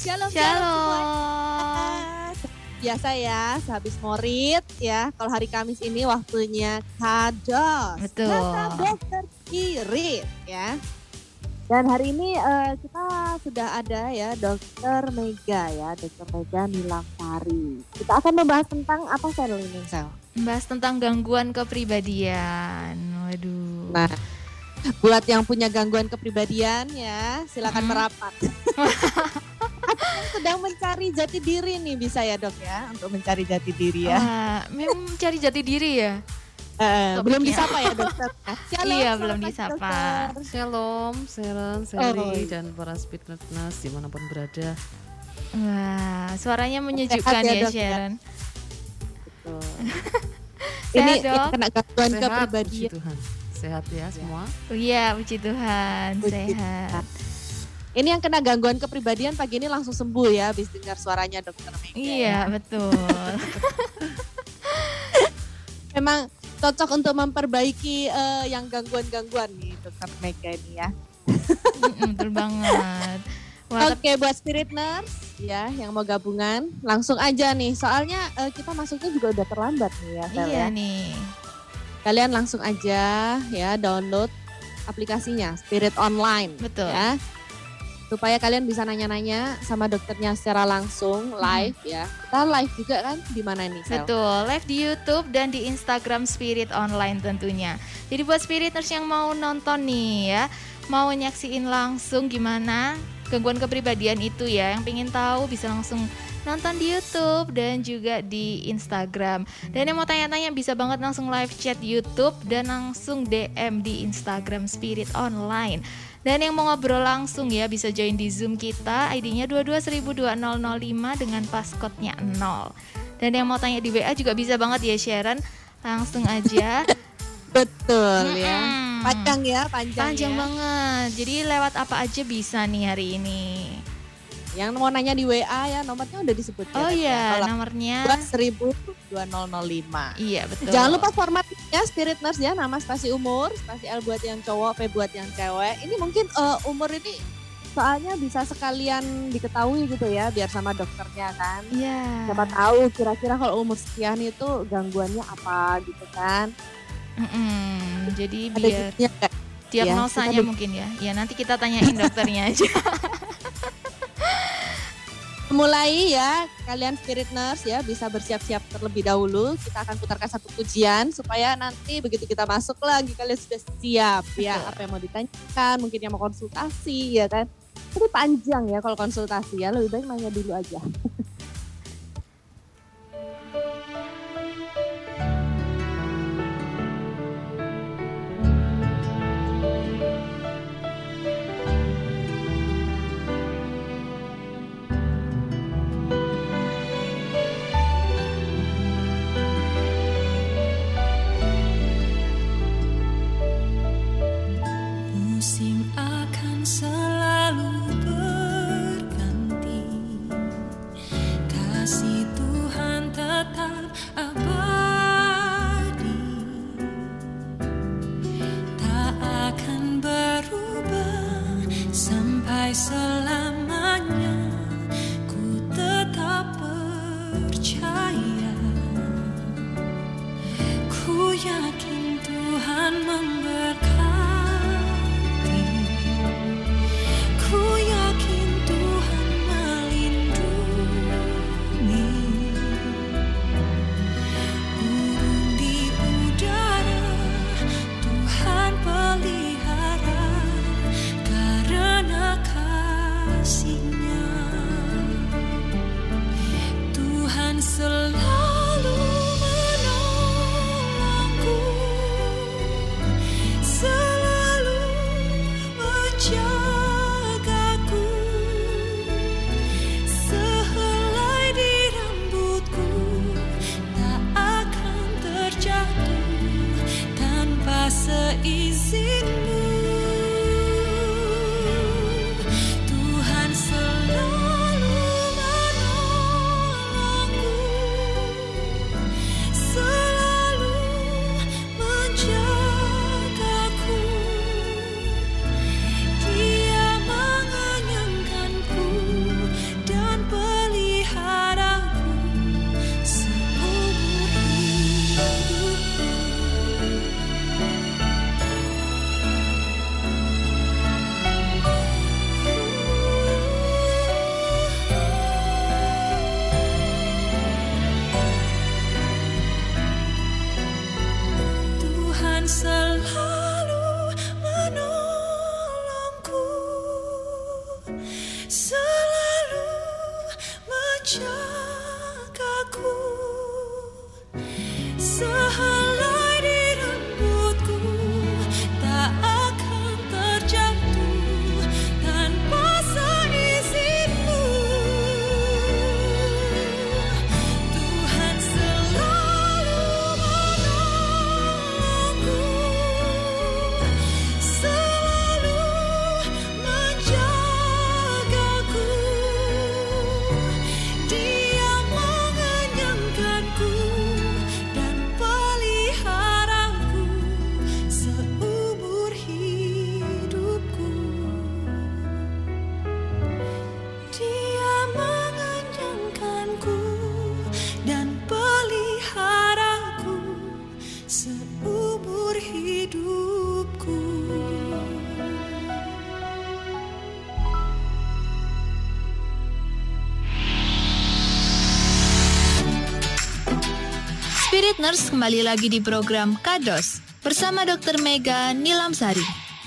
Shalom semua. Shalom. Biasa ya, sehabis Morid ya. Kalau hari Kamis ini waktunya kados. Betul. Kata Dokter Spirit ya. Dan hari ini kita sudah ada ya Dokter Mega ya, Dokter Mega Nilamsari. Kita akan membahas tentang apa Sel ini Sel? Membahas tentang gangguan kepribadian. Waduh. Nah, buat yang punya gangguan kepribadian ya, silakan merapat. Yang sedang mencari jati diri nih bisa ya dok ya, untuk mencari jati diri ya. Memang mencari jati diri ya? Belum disapa ya dokter. Shalom, iya belum disapa. Dokter. Shalom, Sharon, Sally, dan para speed nurse dimanapun berada. Wah, suaranya menyejukkan ya, dok, Sharon. Betul. Sehat, ini dok. kena gangguan Sehat, puji kepribadian. Tuhan. Sehat ya semua. Iya, puji Tuhan, Puji sehat. Ini yang kena gangguan kepribadian pagi ini langsung sembuh ya habis dengar suaranya dokter Mega. Iya, betul. Memang cocok untuk memperbaiki yang gangguan-gangguan nih dokter Mega ini ya. Betul banget. Wah, Oke, buat spirit nurse ya yang mau gabungan langsung aja nih. Soalnya kita masuknya juga udah terlambat nih ya. Sel, iya ya. nih. Kalian langsung aja ya download aplikasinya Spirit Online. Betul. Ya. Supaya kalian bisa nanya-nanya sama dokternya secara langsung live ya. Kita live juga kan di mana nih Sel? Betul, live di YouTube dan di Instagram Spirit Online tentunya. Jadi buat Spiriters yang mau nonton nih ya, mau nyaksiin langsung gimana gangguan kepribadian itu ya, yang pengen tahu bisa langsung nonton di YouTube dan juga di Instagram. Dan yang mau tanya-tanya bisa banget langsung live chat YouTube dan langsung DM di Instagram Spirit Online. Dan yang mau ngobrol langsung ya bisa join di Zoom kita, ID-nya 22.2005 dengan passcode-nya 0. Dan yang mau tanya di WA juga bisa banget ya Sharon, langsung aja. Betul ya. Panjang ya, Panjang ya. banget. Jadi lewat apa aja bisa nih hari ini. Yang mau nanya di WA ya nomornya udah disebut ya. Oh iya, Kalau nomornya 20.2005. Iya, betul. Jangan lupa formatnya Spirit Nurse ya, nama spasi umur, spasi L buat yang cowok, P buat yang cewek. Ini mungkin umur ini soalnya bisa sekalian diketahui gitu ya, biar sama dokternya kan. Iya. Siapa tahu kira-kira kalau umur sekian itu gangguannya apa gitu kan. Jadi Ada biar giginya nggak? diagnosanya Ya, mungkin ya. Ya nanti kita tanyain dokternya aja. Mulai ya, kalian Spirit Nurse ya bisa bersiap-siap terlebih dahulu. Kita akan putarkan satu pujian supaya nanti begitu kita masuk lagi kalian sudah siap ya. Apa yang mau ditanyakan, mungkin yang mau konsultasi ya kan. Tapi panjang ya kalau konsultasi ya, lebih baik nanya dulu aja. Musim akan selalu berganti, menjagaku, sehelai di rambutku tak akan terjatuh tanpa seizinku. Tuhan selalu menolongku, selalu menjagaku. Dia mengenyangkanku dan peliharaku seumur hidupku. Dia mengenyangkanku dan peliharaku seumur hidupku. Spirit Nurse kembali lagi di program Kados bersama Dr. Mega Nilamsari.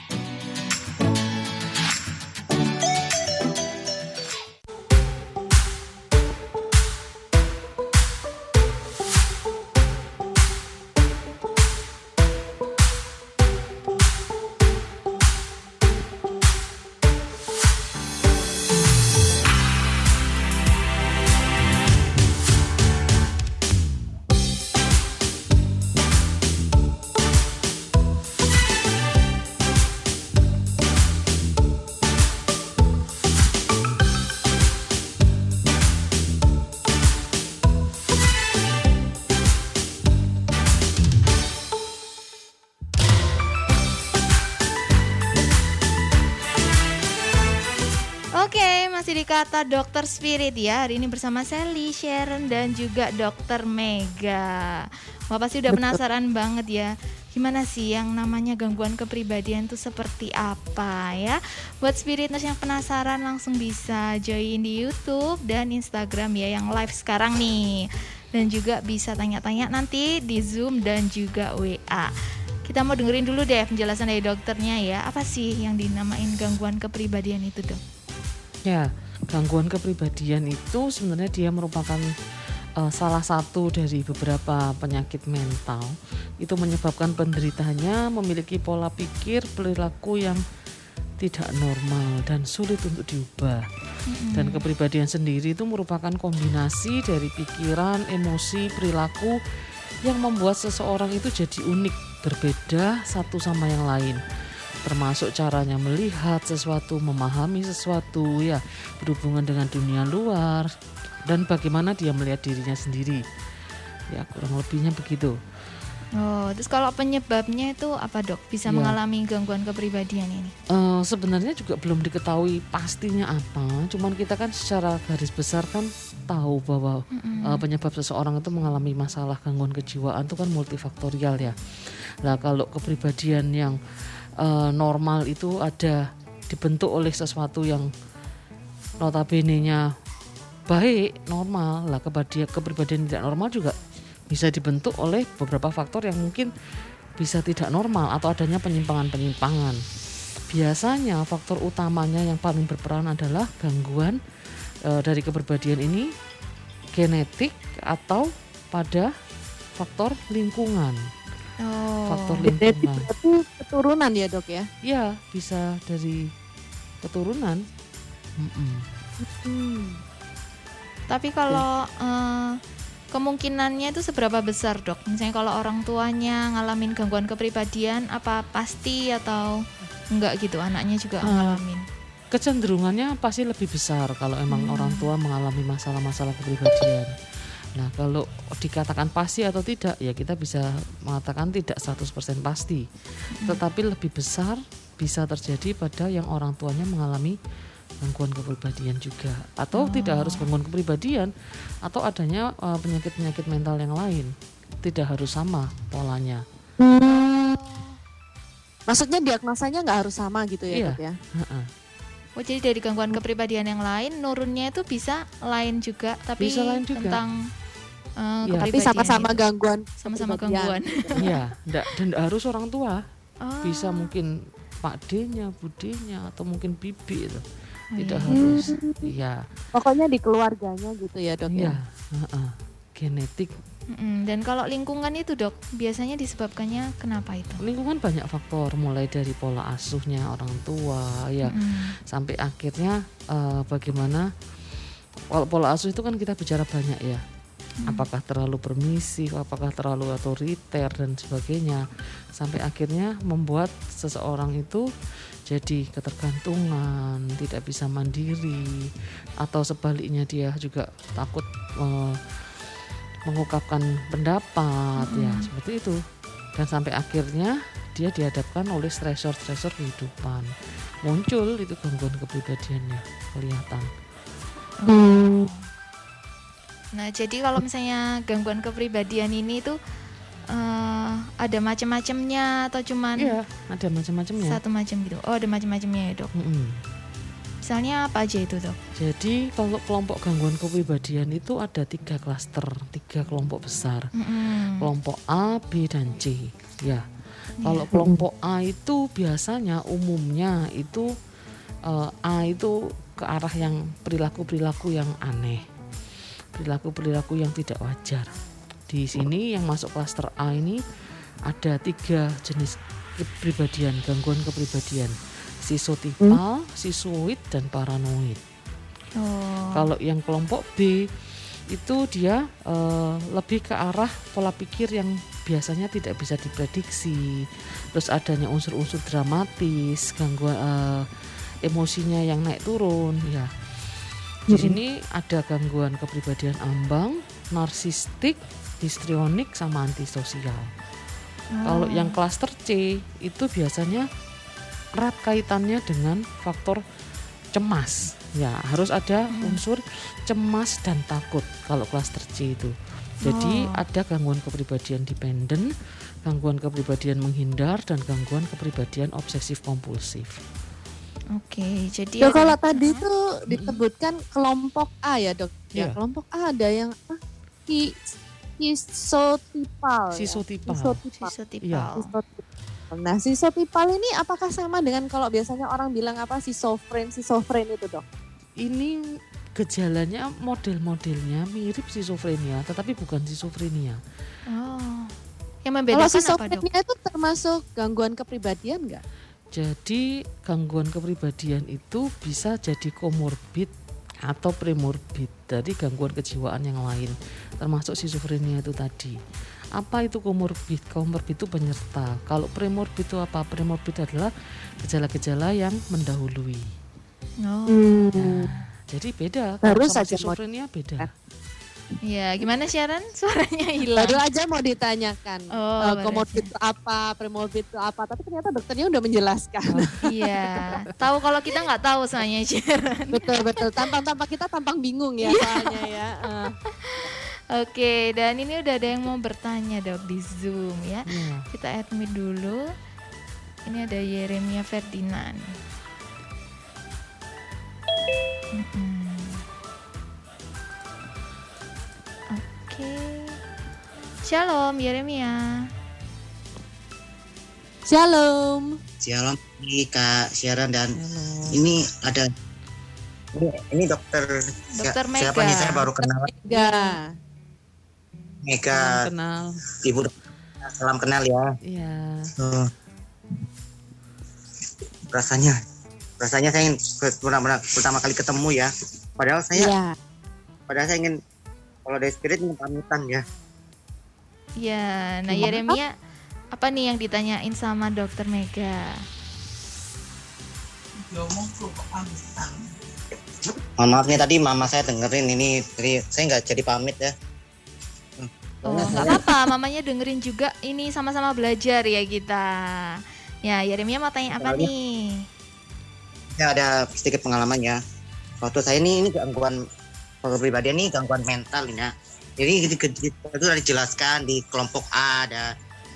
Oke, masih di Kata Dokter Spirit ya. Hari ini bersama Sally, Sharon, dan juga Dokter Mega. Wah, pasti udah penasaran banget ya, gimana sih yang namanya gangguan kepribadian itu seperti apa ya. Buat Spirit Nurse yang penasaran langsung bisa join di YouTube dan Instagram ya yang live sekarang nih. Dan juga bisa tanya-tanya nanti di Zoom dan juga WA. Kita mau dengerin dulu deh penjelasan dari dokternya ya. Apa sih yang dinamain gangguan kepribadian itu, Dok? Ya, gangguan kepribadian itu sebenarnya dia merupakan salah satu dari beberapa penyakit mental. Itu menyebabkan penderitanya memiliki pola pikir, perilaku yang tidak normal dan sulit untuk diubah. Dan kepribadian sendiri itu merupakan kombinasi dari pikiran, emosi, perilaku yang membuat seseorang itu jadi unik, berbeda satu sama yang lain. Termasuk caranya melihat sesuatu, memahami sesuatu ya, berhubungan dengan dunia luar, dan bagaimana dia melihat dirinya sendiri. Ya, kurang lebihnya begitu. Oh, terus kalau penyebabnya itu apa, Dok? Bisa mengalami gangguan kepribadian ini? Sebenarnya juga belum diketahui pastinya apa. Cuman kita kan secara garis besar kan tahu bahwa penyebab seseorang itu mengalami masalah gangguan kejiwaan itu kan multifaktorial ya. Nah, kalau kepribadian yang normal itu ada dibentuk oleh sesuatu yang notabene-nya baik, normal. Lah kepribadian tidak normal juga bisa dibentuk oleh beberapa faktor yang mungkin bisa tidak normal atau adanya penyimpangan-penyimpangan. Biasanya faktor utamanya yang paling berperan adalah gangguan dari kepribadian ini genetik atau pada faktor lingkungan. Faktor lingkungan. Itu keturunan ya, Dok ya? Ya, bisa dari keturunan. Tapi kalau kemungkinannya itu seberapa besar, Dok? Misalnya kalau orang tuanya ngalamin gangguan kepribadian, apa pasti atau enggak gitu anaknya juga ngalamin? Kecenderungannya pasti lebih besar kalau emang orang tua mengalami masalah-masalah kepribadian. Nah, kalau dikatakan pasti atau tidak, ya kita bisa mengatakan tidak 100% pasti. Tetapi lebih besar bisa terjadi pada yang orang tuanya mengalami gangguan kepribadian juga. Atau tidak harus gangguan kepribadian, atau adanya penyakit-penyakit mental yang lain. Tidak harus sama polanya. Maksudnya diagnosanya nggak harus sama gitu ya, Iya. Dok ya? Oh, jadi dari gangguan kepribadian yang lain, nurunnya itu bisa lain juga, tapi Bisa lain juga. tentang Iya. Tapi kepribadian sama-sama itu. gangguan. Sama-sama kepribadian. gangguan. Iya, dan tidak harus orang tua. Oh. Bisa mungkin Pak D-nya, Bu D-nya, atau mungkin Bibi itu. tidak iya. harus. Iya, Pokoknya di keluarganya gitu ya dok iya, ya. genetik. Dan kalau lingkungan itu dok, biasanya disebabkannya kenapa itu? Lingkungan banyak faktor, mulai dari pola asuhnya orang tua, ya, sampai akhirnya bagaimana. Kalau pola asuh itu kan kita bicara banyak ya. Apakah terlalu permisif, apakah terlalu otoriter dan sebagainya, sampai akhirnya membuat seseorang itu jadi ketergantungan, tidak bisa mandiri, atau sebaliknya dia juga takut mengungkapkan pendapat, ya seperti itu. Dan sampai akhirnya dia dihadapkan oleh stresor-stresor kehidupan, muncul itu gangguan kepribadiannya kelihatan. Nah, jadi kalau misalnya gangguan kepribadian ini tuh ada macam-macamnya atau cuman Iya, ada macam-macamnya. satu macam gitu? Oh, ada macam-macamnya ya dok. Misalnya apa aja itu dok? Jadi kalau kelompok gangguan kepribadian itu ada 3 klaster, 3 kelompok besar. Kelompok A, B, dan C. Ya, kalau kelompok A itu biasanya umumnya itu A itu ke arah yang perilaku-perilaku yang aneh, perilaku-perilaku yang tidak wajar. Di sini yang masuk klaster A ini ada 3 jenis kepribadian, gangguan kepribadian: skizotipal, sisoid, dan paranoid. Kalau yang kelompok B itu dia lebih ke arah pola pikir yang biasanya tidak bisa diprediksi, terus adanya unsur-unsur dramatis, gangguan emosinya yang naik turun, ya. Di sini ada gangguan kepribadian ambang, narsistik, histrionik, sama antisosial. Kalau yang klaster C itu biasanya erat kaitannya dengan faktor cemas. Ya, harus ada unsur cemas dan takut kalau klaster C itu. Jadi ada gangguan kepribadian dependen, gangguan kepribadian menghindar, dan gangguan kepribadian obsesif kompulsif. Oke, jadi Dok, kalau tadi tuh disebutkan kelompok A ya dok. Ya, Iya. kelompok A ada yang skizotipal. Sisotipal. Sisotipal. Iya. Nah, skizotipal ini apakah sama dengan kalau biasanya orang bilang apa schizofren itu dok? Ini gejalanya model-modelnya mirip skizofrenia, tetapi bukan skizofrenia. Oh, yang Kalau membedakan apa dok? skizofrenia itu termasuk gangguan kepribadian nggak? Jadi gangguan kepribadian itu bisa jadi komorbid atau premorbid dari gangguan kejiwaan yang lain, termasuk skizofrenia itu tadi. Apa itu komorbid? Komorbid itu penyerta. Kalau premorbid itu apa? Premorbid adalah gejala-gejala yang mendahului. Jadi beda. Kalau Baru sama saja mau- skizofrenia beda. Ya, gimana Sharon? Suaranya hilang. Baru aja mau ditanyakan Oh, komorbid itu apa, premorbid itu apa, tapi ternyata dokternya udah menjelaskan. Iya, tahu kalau kita nggak tahu soalnya Sharon. Betul. Tampang kita tampang bingung ya soalnya ya. Oke, dan ini udah ada yang mau bertanya dok di Zoom ya. Iya. Kita admit dulu. Ini ada Yeremia Ferdinand. Oke. Shalom Yeremia. Shalom. Shalom pagi Kak Sharon, dan Halo. ini ada ini dokter Dokter siapa Mega. nih, saya baru kenal Ya. Mega, Kenal. Ibu dokter. Salam kenal ya. Iya. Rasanya saya ingin pertama kali ketemu ya. Padahal saya ingin, kalau dari spirit ingin pamitan ya. Ya, nah Yeremia, apa nih yang ditanyain sama dokter Mega? Mohon maaf nih, tadi mama saya dengerin ini, jadi saya nggak jadi pamit ya. Oh, nggak apa-apa, mamanya dengerin juga. Ini sama-sama belajar ya kita. Ya, Yeremia mau tanya apa nih? Ya, ada sedikit pengalaman ya. Waktu saya ini gangguan kepribadian, ini gangguan mental ini ya. Jadi itu sudah dijelaskan di kelompok A, ada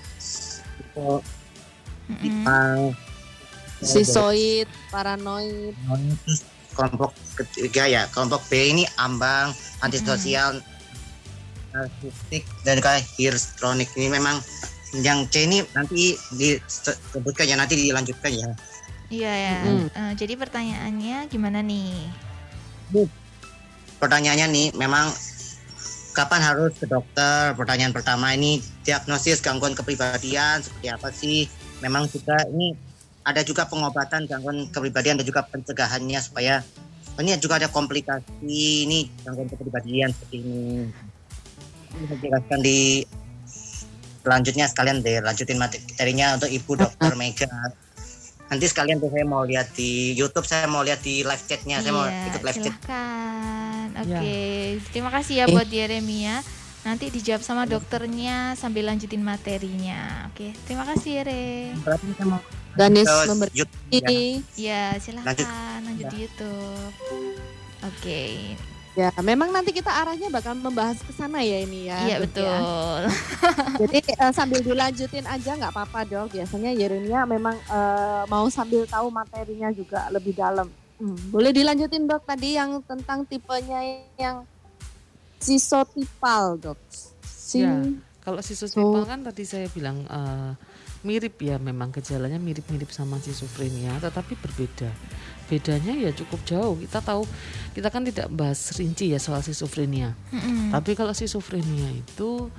Sisoid, paranoid. terus kelompok ketiga ya, kelompok B ini ambang, antisosial, narsistik, dan kayak histrionik. Ini memang yang C ini nanti disebutkan ya, nanti dilanjutkan ya. Iya ya. Jadi pertanyaannya gimana nih? Pertanyaannya nih, memang kapan harus ke dokter? Pertanyaan pertama ini, diagnosis gangguan kepribadian seperti apa sih? Memang juga ini ada juga pengobatan gangguan kepribadian dan juga pencegahannya supaya ini juga ada komplikasi ini gangguan kepribadian seperti ini. Ini bisa dijelaskan di selanjutnya, sekalian deh lanjutin materinya untuk Ibu Dokter Mega. Nanti sekalian tuh saya mau lihat di YouTube, saya mau lihat di live chatnya, saya mau ikut live chat. Silahkan. Oke, terima kasih ya buat Yeremia. Nanti dijawab sama dokternya sambil lanjutin materinya. Oke, terima kasih Yere. Berarti saya mau Danis ke memberi. YouTube, ya. Ya, silahkan lanjut di YouTube. Oke. Ya, memang nanti kita arahnya bakal membahas ke sana ya ini ya. Iya, Dok, betul. ya. Jadi sambil dilanjutin aja nggak apa-apa Dok. Biasanya Yeremia memang mau sambil tahu materinya juga lebih dalam. Boleh dilanjutin Dok tadi yang tentang tipenya yang sisotipal Dok. Ya, kalau sisotipal kan tadi saya bilang mirip ya, memang gejalanya mirip-mirip sama schizophrenia, tetapi berbeda. Bedanya ya cukup jauh. Kita tahu, kita kan tidak bahas rinci ya soal schizophrenia. Tapi kalau schizophrenia itu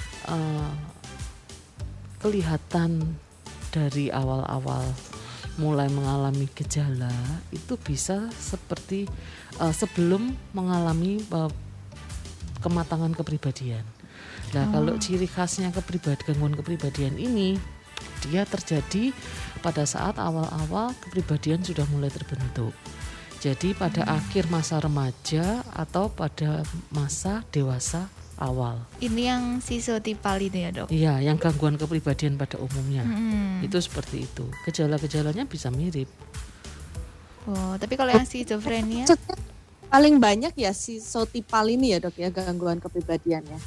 kelihatan dari awal-awal mulai mengalami gejala itu bisa seperti sebelum mengalami kematangan kepribadian. Nah, kalau ciri khasnya gangguan kepribadian ini dia terjadi pada saat awal-awal kepribadian sudah mulai terbentuk. Jadi pada akhir masa remaja atau pada masa dewasa awal. Ini yang sisotipal itu ya Dok? Iya, yang gangguan kepribadian pada umumnya. Itu seperti itu. Gejala-gejalanya bisa mirip. Oh, tapi kalau yang schizophrenia? Paling banyak ya sisotipal ini ya Dok ya, gangguan kepribadiannya.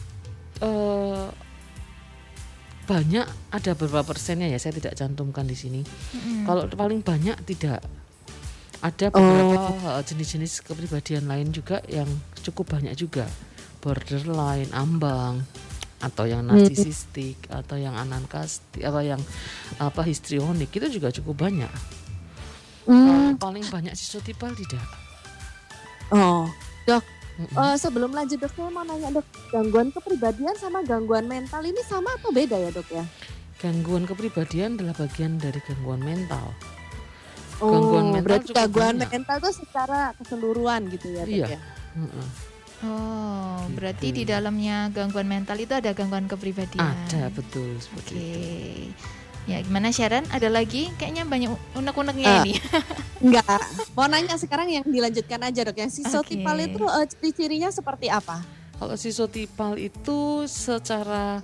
Banyak, ada beberapa persennya ya, saya tidak cantumkan di sini. Kalau paling banyak tidak. Ada beberapa jenis-jenis kepribadian lain juga yang cukup banyak juga. Borderline, ambang, atau yang narsisistik, atau yang anankastik, atau yang histrionik, itu juga cukup banyak. Paling banyak sisotipal tidak. Dok. Sebelum lanjut Dok, saya mau nanya Dok, gangguan kepribadian sama gangguan mental ini sama atau beda ya Dok ya? Gangguan kepribadian adalah bagian dari gangguan mental. Gangguan mental berarti gangguan mental itu secara keseluruhan gitu ya Dok ya? Oh, berarti di dalamnya gangguan mental itu ada gangguan kepribadian. Ada, betul seperti itu. Ya, gimana Sharon? Ada lagi? Kayaknya banyak unek-uneknya ini. Enggak. Mau nanya sekarang yang dilanjutkan aja Dok. Yang sisotipal itu ciri-cirinya seperti apa? Kalau sisotipal itu secara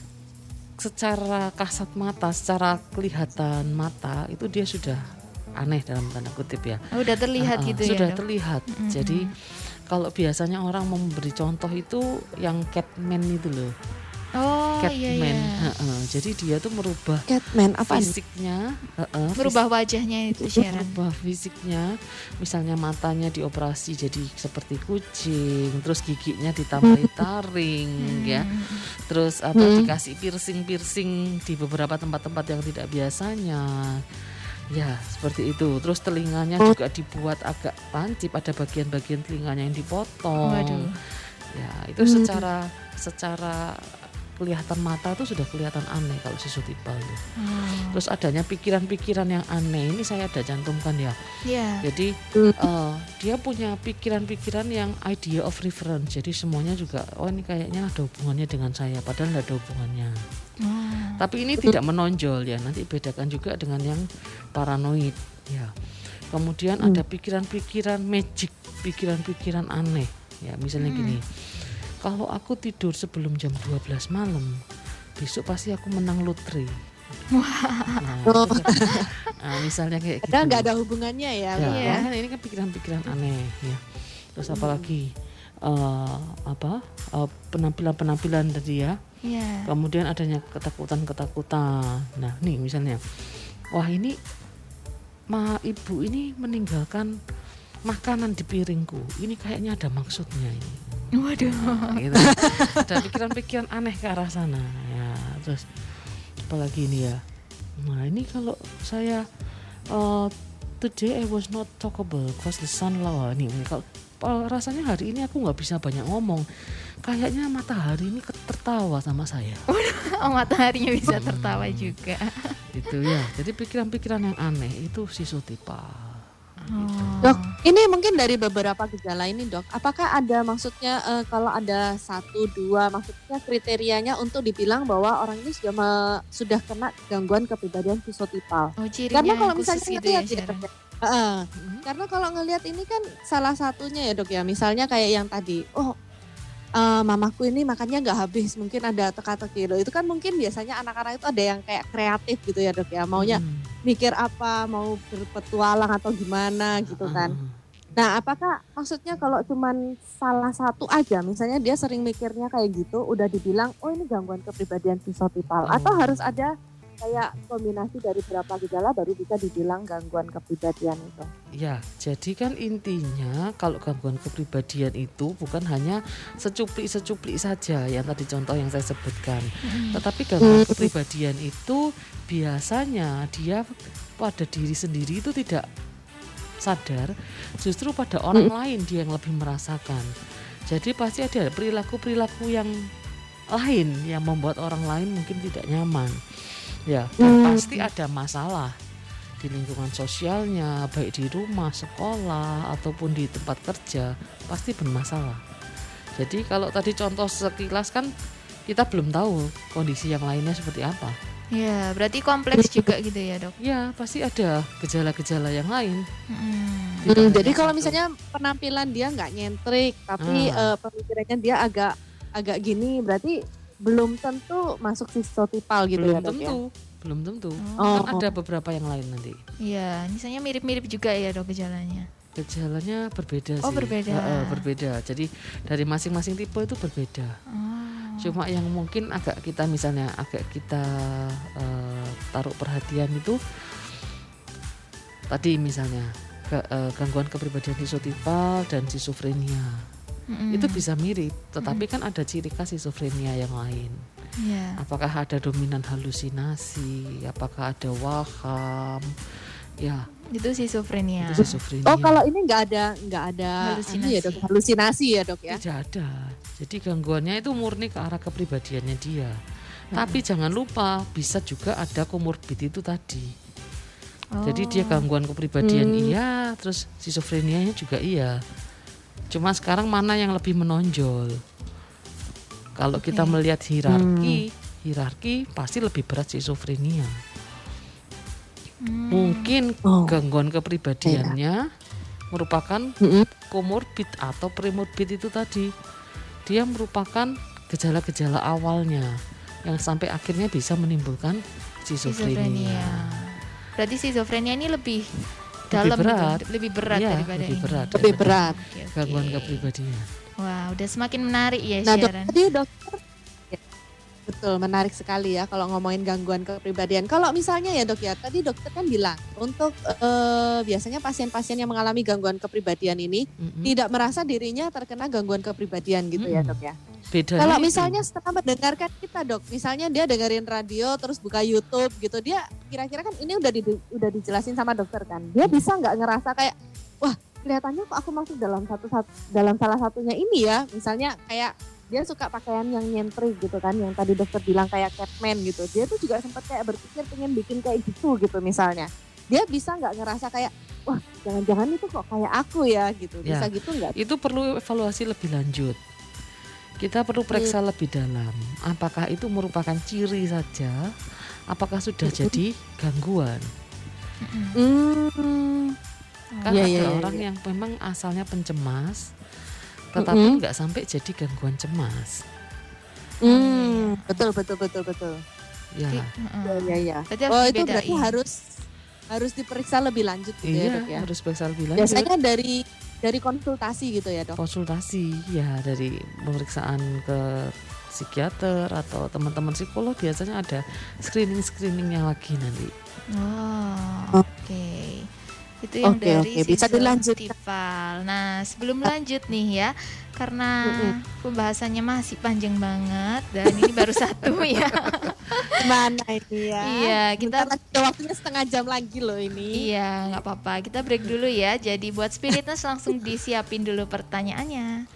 kasat mata, secara kelihatan mata itu dia sudah aneh dalam tanda kutip ya. Udah terlihat gitu ya. Sudah terlihat. Jadi kalau biasanya orang memberi contoh itu yang Catman itu loh. Catman. Jadi dia tuh merubah Catman apa fisiknya, merubah wajahnya itu Sharon. Merubah fisiknya, misalnya matanya dioperasi jadi seperti kucing, terus giginya ditambahi taring, ya, terus dikasih piercing di beberapa tempat-tempat yang tidak biasanya. Ya, seperti itu. Terus telinganya juga dibuat agak lancip, ada bagian-bagian telinganya yang dipotong. Waduh. Ya, itu secara kelihatan mata itu sudah kelihatan aneh kalau sisotipal itu. Terus adanya pikiran-pikiran yang aneh, ini saya ada cantumkan ya. Jadi dia punya pikiran-pikiran yang idea of reference. Jadi semuanya juga, ini kayaknya ada hubungannya dengan saya, padahal tidak ada hubungannya. Tapi ini tidak menonjol ya. Nanti bedakan juga dengan yang paranoid ya. Kemudian ada pikiran-pikiran magic, pikiran-pikiran aneh ya. Misalnya gini, kalau aku tidur sebelum jam 12 malam, besok pasti aku menang lotre. Misalnya kayak gitu. Padahal nggak ada hubungannya ya. Ini kan pikiran-pikiran aneh ya. Terus apalagi penampilan-penampilan tadi ya. Kemudian adanya ketakutan-ketakutan. Nah, nih misalnya, wah ini ibu ini meninggalkan makanan di piringku. Ini kayaknya ada maksudnya ini. Waduh. Nah, gitu. Ada pikiran-pikiran aneh ke arah sana ya. Terus apalagi ini ya. Nah, ini kalau saya Today I was not talkable cause the sun low. Nih kalau rasanya hari ini aku nggak bisa banyak ngomong. Kayaknya matahari ini tertawa sama saya. Oh, mataharinya bisa tertawa juga. Itu ya. Jadi pikiran-pikiran yang aneh itu sisotipal. Dok, ini mungkin dari beberapa gejala ini dok, apakah ada maksudnya kalau ada 1, 2 maksudnya kriterianya untuk dibilang bahwa orang ini sudah kena gangguan kepribadian psikotipal? Oh, cirinya Karena kalau khusus misalnya gitu ya, ngelihat Sharon? karena kalau ngelihat ini kan salah satunya ya dok ya, misalnya kayak yang tadi, mamaku ini makannya nggak habis, mungkin ada teka-teki loh. Itu kan mungkin biasanya anak-anak itu ada yang kayak kreatif gitu ya dok ya, maunya mikir apa, mau berpetualang atau gimana gitu kan. Nah apakah maksudnya kalau cuman salah satu aja, misalnya dia sering mikirnya kayak gitu, udah dibilang oh ini gangguan kepribadian disotipal, atau harus ada kayak kombinasi dari berapa gejala baru bisa dibilang gangguan kepribadian itu? Ya, jadi kan intinya kalau gangguan kepribadian itu bukan hanya secuplik-secuplik saja yang tadi contoh yang saya sebutkan. Tetapi gangguan kepribadian itu biasanya dia pada diri sendiri itu tidak sadar, justru pada orang lain dia yang lebih merasakan. Jadi pasti ada perilaku-perilaku yang lain yang membuat orang lain mungkin tidak nyaman. Ya, dan pasti ada masalah di lingkungan sosialnya, baik di rumah, sekolah, ataupun di tempat kerja, pasti bermasalah. Jadi kalau tadi contoh sekilas kan kita belum tahu kondisi yang lainnya seperti apa. Ya, berarti kompleks juga gitu ya dok? Ya, pasti ada gejala-gejala yang lain. Jadi kalau misalnya penampilan dia nggak nyentrik, tapi pemikirannya dia agak gini, berarti belum tentu masuk disotipal gitu belum ya dok tentu, ya? Belum tentu. Oh. Kan ada beberapa yang lain nanti. Iya, misalnya mirip-mirip juga ya dok gejalanya? Gejalanya berbeda sih. Oh berbeda. Berbeda. Jadi dari masing-masing tipe itu berbeda. Cuma yang mungkin agak kita taruh perhatian itu tadi misalnya gangguan kepribadian disotipal dan schizofrenia. Itu bisa mirip, tetapi kan ada ciri khas schizofrenia yang lain. Apakah ada dominan halusinasi, apakah ada waham, ya itu schizofrenia. Oh kalau ini nggak ada halusinasi ya dok ya? Tidak ada. Jadi gangguannya itu murni ke arah kepribadiannya dia. Tapi jangan lupa bisa juga ada komorbid itu tadi. Jadi dia gangguan kepribadian iya, terus schizofrenianya juga iya. Cuma sekarang mana yang lebih menonjol? Kalau kita melihat hierarki pasti lebih berat schizofrenia. Mungkin gangguan kepribadiannya merupakan komorbid atau premorbid itu tadi. Dia merupakan gejala-gejala awalnya yang sampai akhirnya bisa menimbulkan schizofrenia. Berarti schizofrenia ini lebih dalam lebih berat ya, daripada lebih ini. berat. Lebih berat. Gangguan kepribadian. Wah, udah semakin menarik ya Nah Sharon. tadi dokter, betul menarik sekali ya kalau ngomongin gangguan kepribadian. Kalau misalnya ya dok ya, tadi dokter kan bilang untuk biasanya pasien-pasien yang mengalami gangguan kepribadian ini tidak merasa dirinya terkena gangguan kepribadian gitu ya dok ya. Bedanya Kalau itu. misalnya setelah mendengarkan kita dok, misalnya dia dengerin radio terus buka YouTube gitu, dia kira-kira kan ini udah dijelasin sama dokter kan, dia bisa nggak ngerasa kayak wah kelihatannya kok aku masuk dalam salah satunya ini ya, misalnya kayak dia suka pakaian yang nyentrik gitu kan, yang tadi dokter bilang kayak Catman gitu, dia tuh juga sempat kayak berpikir pengen bikin kayak gitu misalnya, dia bisa nggak ngerasa kayak wah jangan-jangan itu kok kayak aku ya gitu, bisa gitu nggak? Itu perlu evaluasi lebih lanjut. Kita perlu periksa lebih dalam, apakah itu merupakan ciri saja, apakah sudah jadi gangguan. Kan ada orang yang memang asalnya pencemas, tetapi nggak sampai jadi gangguan cemas. Betul. Ya. Ya. Oh itu berarti harus diperiksa lebih lanjut gitu ya dok ya? Harus periksa lebih lanjut. Biasanya dari konsultasi gitu ya dok? Konsultasi ya, dari pemeriksaan ke psikiater atau teman-teman psikolog biasanya ada screeningnya lagi nanti. Oke. Itu yang dari bisa dilanjutkan. Nah sebelum lanjut nih ya, karena pembahasannya masih panjang banget dan ini baru satu ya. Mana ini ya? Iya, kita waktunya setengah jam lagi loh ini. Iya, nggak apa-apa. Kita break dulu ya. Jadi buat Spiritness langsung disiapin dulu pertanyaannya.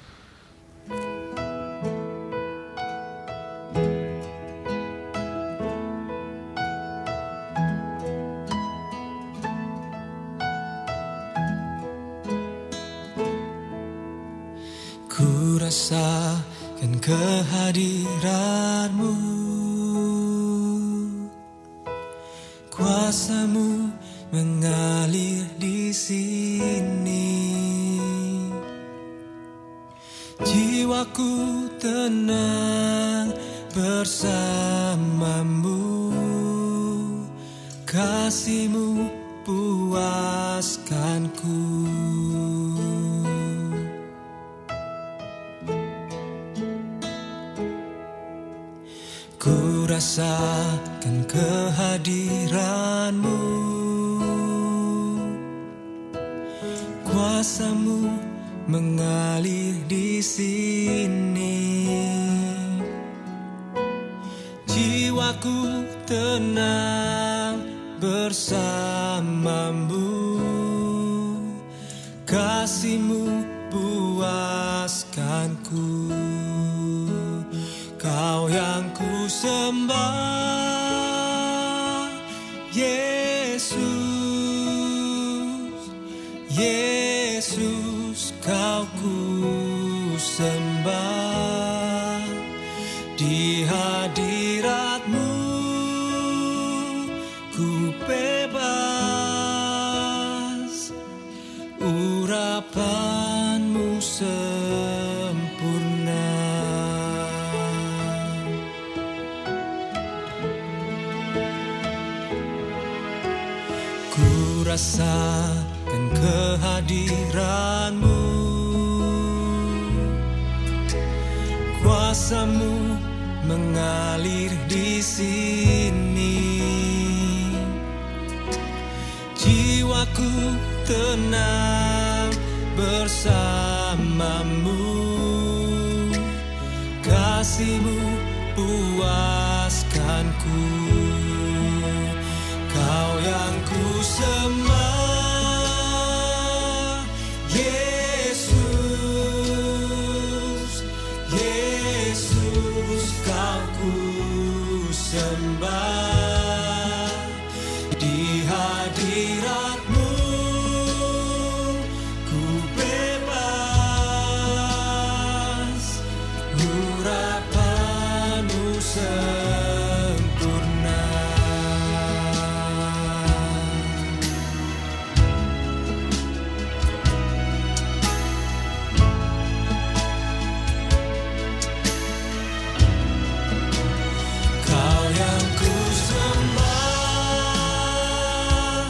Ku rasakan kehadiran-Mu, kuasa-Mu mengalir di sini. Jiwaku tenang bersama-Mu, kasih-Mu puaskanku. Ku rasakan kehadiran-Mu, kuasa-Mu mengalir di sini. Jiwaku tenang bersama-Mu, kasih-Mu puaskanku. Kau yang ku sembah, Yesus, Yesus, Kau ku sembah. Di hadirat-Mu ku bebas, urapan-Mu sempurna. Ku rasakan kehadiran-Mu, kuasa-Mu mengalir di sini. Jiwaku tenang bersama-Mu, kasih-Mu puaskanku. Kau yang ku sembah, Yesus, Yesus, Kau ku sembah. Di hadirat-Mu ku bebas, urapan-Mu sempurna. Kau yang ku sembah,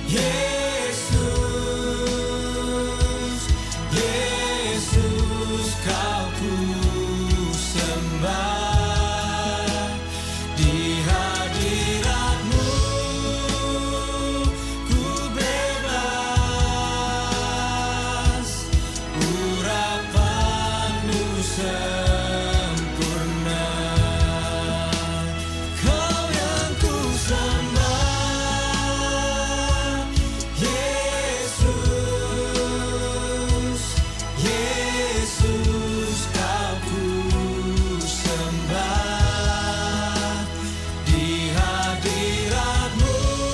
Yesus, Yesus, Kau ku sembah. Di hadirat-Mu ku bebas, urapan-Mu sempurna. Kau yang ku sembah, Yesus, Yesus, Kau ku sembah. Di hadirat-Mu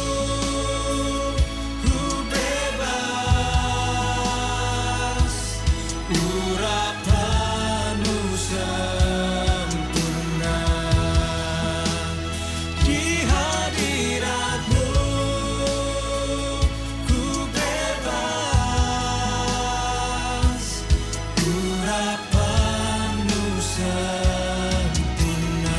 ku bebas, urapan-Mu sempurna. Di hadirat-Mu ku bebas, urapan-Mu sempurna.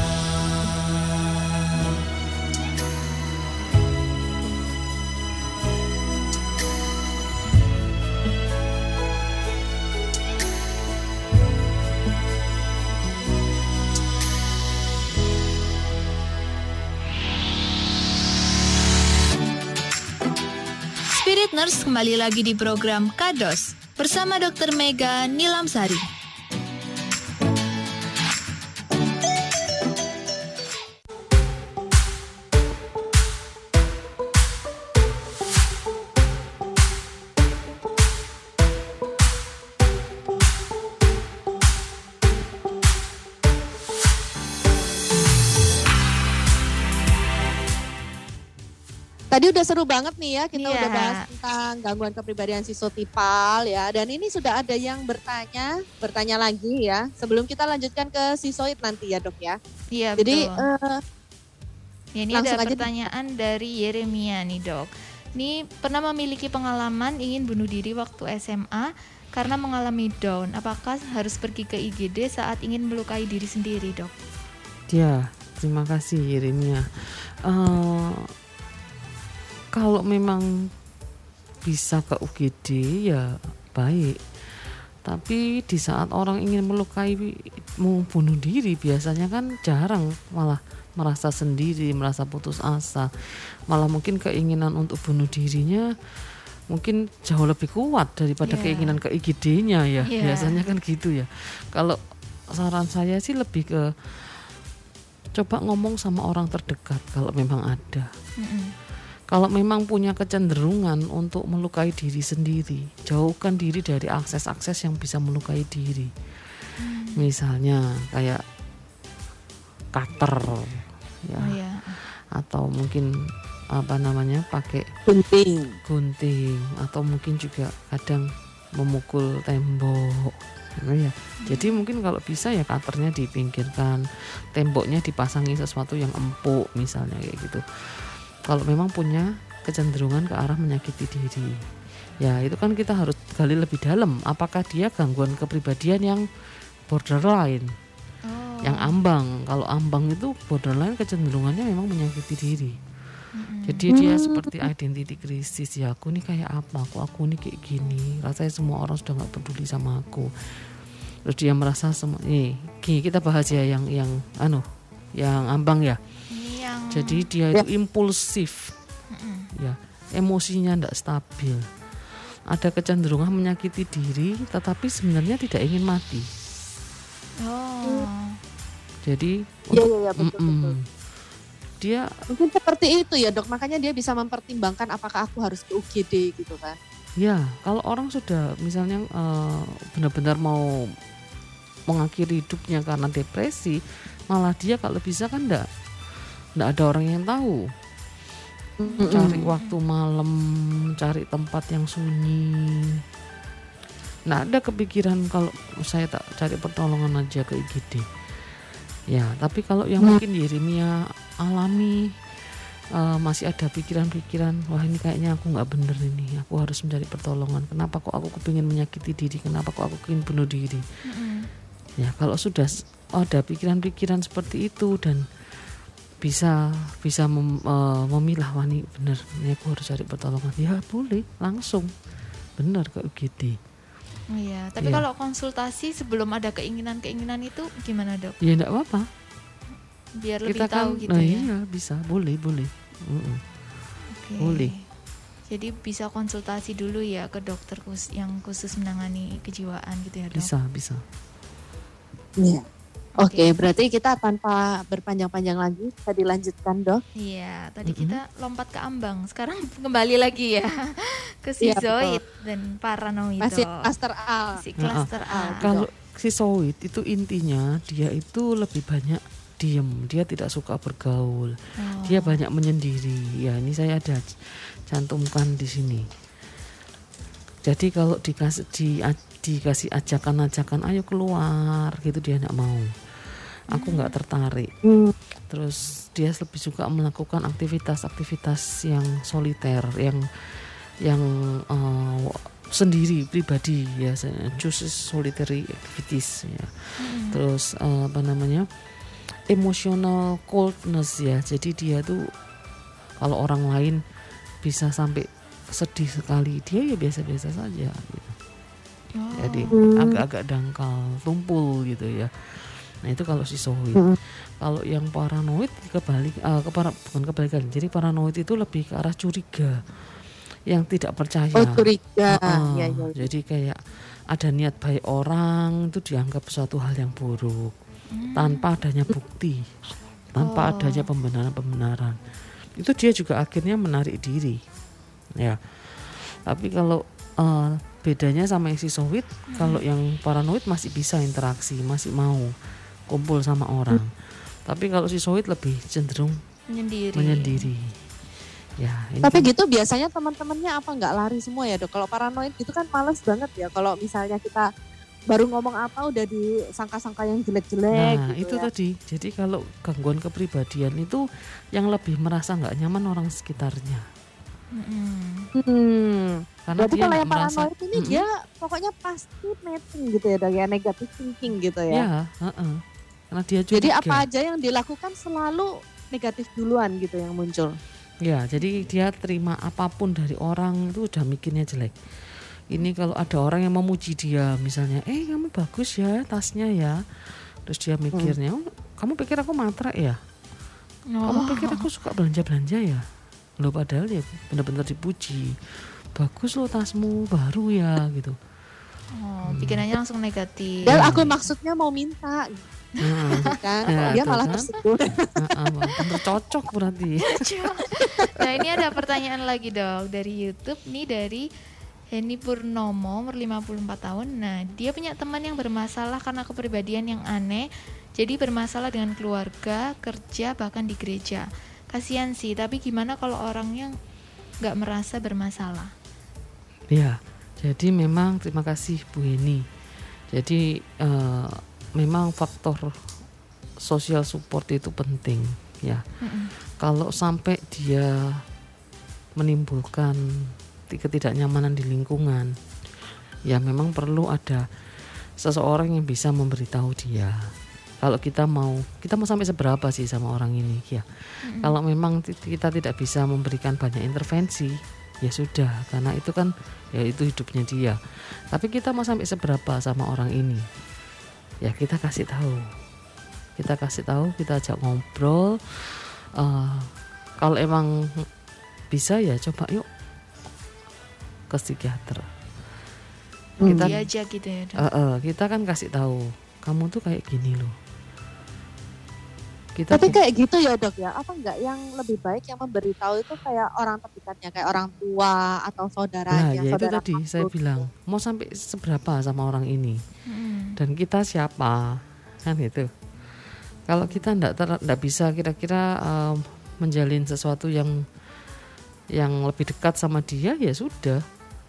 Spirit Nurse kembali lagi di program Kados bersama Dr. Mega Nilamsari. Tadi udah seru banget nih ya, kita Iya. udah bahas tentang gangguan kepribadian skizotipal ya. Dan ini sudah ada yang bertanya lagi ya. Sebelum kita lanjutkan ke skizoid nanti ya dok ya. Iya Jadi betul. Ya, ini langsung ada aja pertanyaan dari Yeremia nih dok. Ini pernah memiliki pengalaman ingin bunuh diri waktu SMA karena mengalami down. Apakah harus pergi ke IGD saat ingin melukai diri sendiri dok? Ya, terima kasih Yeremia. Kalau memang bisa ke UGD ya baik. Tapi di saat orang ingin melukai, mau bunuh diri, biasanya kan jarang, malah merasa sendiri, merasa putus asa. Malah mungkin keinginan untuk bunuh dirinya mungkin jauh lebih kuat daripada Iya. keinginan ke IGD-nya ya. Iya. Biasanya kan gitu ya. Kalau saran saya sih lebih ke coba ngomong sama orang terdekat kalau memang ada. Kalau memang punya kecenderungan untuk melukai diri sendiri, jauhkan diri dari akses-akses yang bisa melukai diri. Misalnya kayak cutter ya, Oh ya. atau mungkin pakai gunting, atau mungkin juga kadang memukul tembok. Ya. Jadi mungkin kalau bisa ya cutternya dipinggirkan, temboknya dipasangi sesuatu yang empuk misalnya kayak gitu. Kalau memang punya kecenderungan ke arah menyakiti diri, ya itu kan kita harus gali lebih dalam. Apakah dia gangguan kepribadian yang borderline, yang ambang? Kalau ambang itu borderline kecenderungannya memang menyakiti diri. Jadi dia seperti identity crisis, ya aku nih kayak apa, aku nih kayak gini, rasanya semua orang sudah nggak peduli sama aku. Terus dia merasa kita bahas ya yang ambang ya. Jadi dia itu impulsif, ya, emosinya tidak stabil, ada kecenderungan menyakiti diri, tetapi sebenarnya tidak ingin mati. Jadi betul. Dia Mungkin seperti itu ya dok, makanya dia bisa mempertimbangkan apakah aku harus ke UGD gitu kan. ya, kalau orang sudah misalnya benar-benar mau mengakhiri hidupnya karena depresi, malah dia kalau bisa kan enggak ada orang yang tahu. Cari waktu malam, cari tempat yang sunyi. Nah, ada kepikiran kalau saya tak cari pertolongan aja ke IGD. Ya, tapi kalau yang mungkin Yeremia alami, masih ada pikiran-pikiran, wah ini kayaknya aku nggak bener ini, aku harus mencari pertolongan. Kenapa kok aku kepingin menyakiti diri? Kenapa kok aku ingin bunuh diri? Ya, kalau sudah ada pikiran-pikiran seperti itu dan bisa memilah, wah ini bener, ini aku harus cari pertolongan, ya boleh langsung bener ke UGD. Oh iya, tapi Iya. kalau konsultasi sebelum ada keinginan itu gimana dok? Ya enggak apa-apa. Biar lebih Kita tahu kan, gitu ya. Iya bisa, boleh. Oke. Boleh. Jadi bisa konsultasi dulu ya ke dokter yang khusus menangani kejiwaan gitu ya dok? Bisa. Iya. Oke, berarti kita tanpa berpanjang-panjang lagi kita dilanjutkan dok. Iya, tadi kita lompat ke ambang, sekarang kembali lagi ya ke Iya, skizoid dan paranoid. Masih cluster A. Si cluster A. Kalau skizoid itu intinya dia itu lebih banyak diem, dia tidak suka bergaul, dia banyak menyendiri. Ya ini saya ada cantumkan di sini. Jadi kalau dikasih ajakan-ajakan ayo keluar gitu dia nggak mau, aku nggak tertarik. Terus dia lebih suka melakukan aktivitas-aktivitas yang soliter, yang sendiri pribadi ya, choose solitary activities ya. Terus emotional coldness ya, jadi dia tuh kalau orang lain bisa sampai sedih sekali, dia ya biasa-biasa saja gitu. Jadi agak-agak dangkal, tumpul gitu ya. Nah itu kalau skizoid. Kalau yang paranoid bukan kebalikan. Jadi paranoid itu lebih ke arah curiga, yang tidak percaya. Oh curiga. Ya. Jadi kayak ada niat baik orang itu dianggap suatu hal yang buruk tanpa adanya bukti, tanpa adanya pembenaran. Itu dia juga akhirnya menarik diri. Ya. Tapi kalau bedanya sama yang skizoid, kalau yang paranoid masih bisa interaksi, masih mau kumpul sama orang. Tapi kalau skizoid lebih cenderung menyendiri. Ya, ini Tapi kan- gitu biasanya teman-temannya apa nggak lari semua ya dok? Kalau paranoid gitu kan males banget ya. Kalau misalnya kita baru ngomong apa udah disangka-sangka yang jelek-jelek Nah, gitu itu ya. tadi. Jadi kalau gangguan kepribadian itu yang lebih merasa nggak nyaman orang sekitarnya. Karena Berarti dia kalau nggak yang merasa. paranoid ini dia pokoknya pasti netting gitu ya dok ya, negatif thinking gitu ya. Ya, heeh. Karena dia curiga. Jadi apa aja yang dilakukan selalu negatif duluan gitu yang muncul. Ya, jadi dia terima apapun dari orang itu udah mikirnya jelek. Ini kalau ada orang yang memuji dia, misalnya, kamu bagus ya tasnya ya. Terus dia mikirnya, oh, kamu pikir aku matre ya? Kamu pikir aku suka belanja-belanja ya? Loh padahal ya benar-benar dipuji. Bagus loh tasmu, baru ya gitu. Pikirannya langsung negatif. Dan aku maksudnya mau minta gitu kan. Ya, Dia tuh malah kan. tersinggung. Bener cocok berarti. Nah ini ada pertanyaan lagi dok dari YouTube nih, dari Henny Purnomo, umur 54 tahun. Nah dia punya teman yang bermasalah karena kepribadian yang aneh. Jadi bermasalah dengan keluarga, kerja, bahkan di gereja. Kasian sih, tapi gimana kalau orangnya nggak merasa bermasalah? Ya, jadi memang terima kasih Bu Henny. Jadi memang faktor social support itu penting ya. Kalau sampai dia menimbulkan ketidaknyamanan di lingkungan, ya memang perlu ada seseorang yang bisa memberitahu dia. Kalau kita mau sampai seberapa sih sama orang ini ya. Kalau memang kita tidak bisa memberikan banyak intervensi, ya sudah, karena itu kan ya itu hidupnya dia. Tapi kita mau sampai seberapa sama orang ini, ya kita kasih tahu, kita ajak ngobrol. Kalau emang bisa ya coba yuk ke psikiater. Kita Diajak gitu ya dok. kita kan kasih tahu, kamu tuh kayak gini loh. Kita Tapi kayak gitu ya dok ya, apa enggak yang lebih baik yang memberitahu itu kayak orang terdekatnya, kayak orang tua atau Nah, saudaranya, ya itu saudara tadi saya kandung. bilang mau sampai seberapa sama orang ini dan kita siapa kan itu. Kalau kita ndak bisa kira-kira menjalin sesuatu yang lebih dekat sama dia, ya sudah.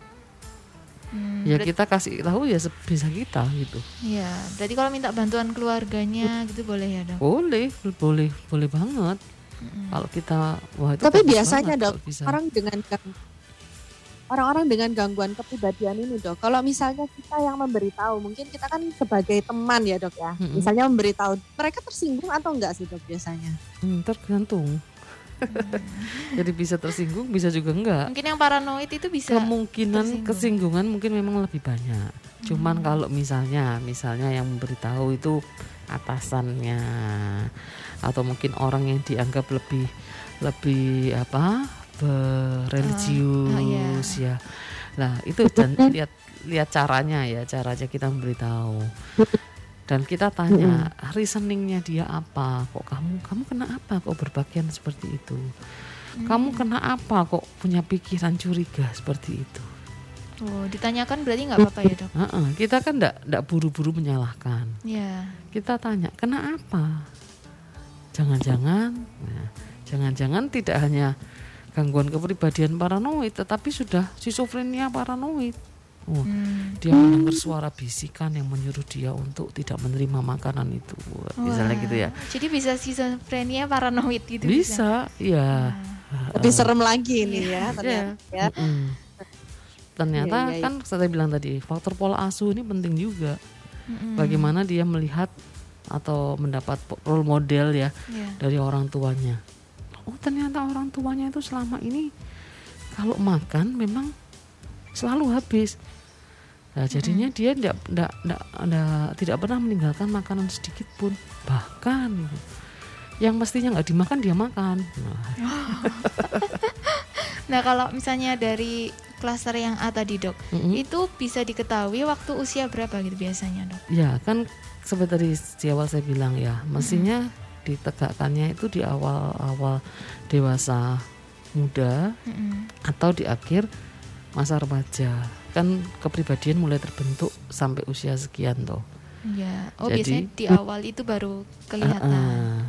Ya kita kasih tahu ya sebisa kita gitu. Iya, berarti kalau minta bantuan keluarganya gitu boleh ya dok? Boleh banget. Kalau kita wah itu Tapi bagus biasanya banget dok, kalau bisa. orang-orang dengan gangguan kepribadian ini dok, kalau misalnya kita yang memberitahu, mungkin kita kan sebagai teman ya dok ya, misalnya memberitahu, mereka tersinggung atau enggak sih dok biasanya? Tergantung. Jadi bisa tersinggung, bisa juga enggak. Mungkin yang paranoid itu bisa Kemungkinan tersinggung. kesinggungan mungkin memang lebih banyak. Cuman kalau misalnya yang memberitahu itu atasannya atau mungkin orang yang dianggap lebih bereligius ya. Nah, itu dan lihat caranya kita memberitahu. Dan kita tanya reasoningnya dia apa, kok kamu kena apa kok berpakaian seperti itu, kamu kena apa kok punya pikiran curiga seperti itu. Oh, ditanyakan berarti nggak apa-apa ya dok? Kita kan ndak buru-buru menyalahkan. Iya. Kita tanya kena apa, jangan-jangan tidak hanya gangguan kepribadian paranoid, tetapi sudah schizophrenia paranoid. Dia mendengar suara bisikan yang menyuruh dia untuk tidak menerima makanan itu, misalnya gitu ya. Jadi bisa schizophrenia paranoid gitu? Bisa, ya. Lebih serem lagi ini ya ternyata ya. Ternyata Iya. kan saya bilang tadi faktor pola asuh ini penting juga. Bagaimana dia melihat atau mendapat role model ya dari orang tuanya. Oh ternyata orang tuanya itu selama ini kalau makan memang selalu habis. Nah, jadinya dia tidak pernah meninggalkan makanan sedikit pun, bahkan yang mestinya nggak dimakan dia makan. Nah kalau misalnya dari klaster yang A tadi dok, itu bisa diketahui waktu usia berapa gitu biasanya dok? Ya kan seperti di awal saya bilang ya, mestinya ditegakkannya itu di awal dewasa muda atau di akhir masa remaja. Kan kepribadian mulai terbentuk sampai usia sekian toh. Ya, Jadi, biasanya di awal itu baru kelihatan.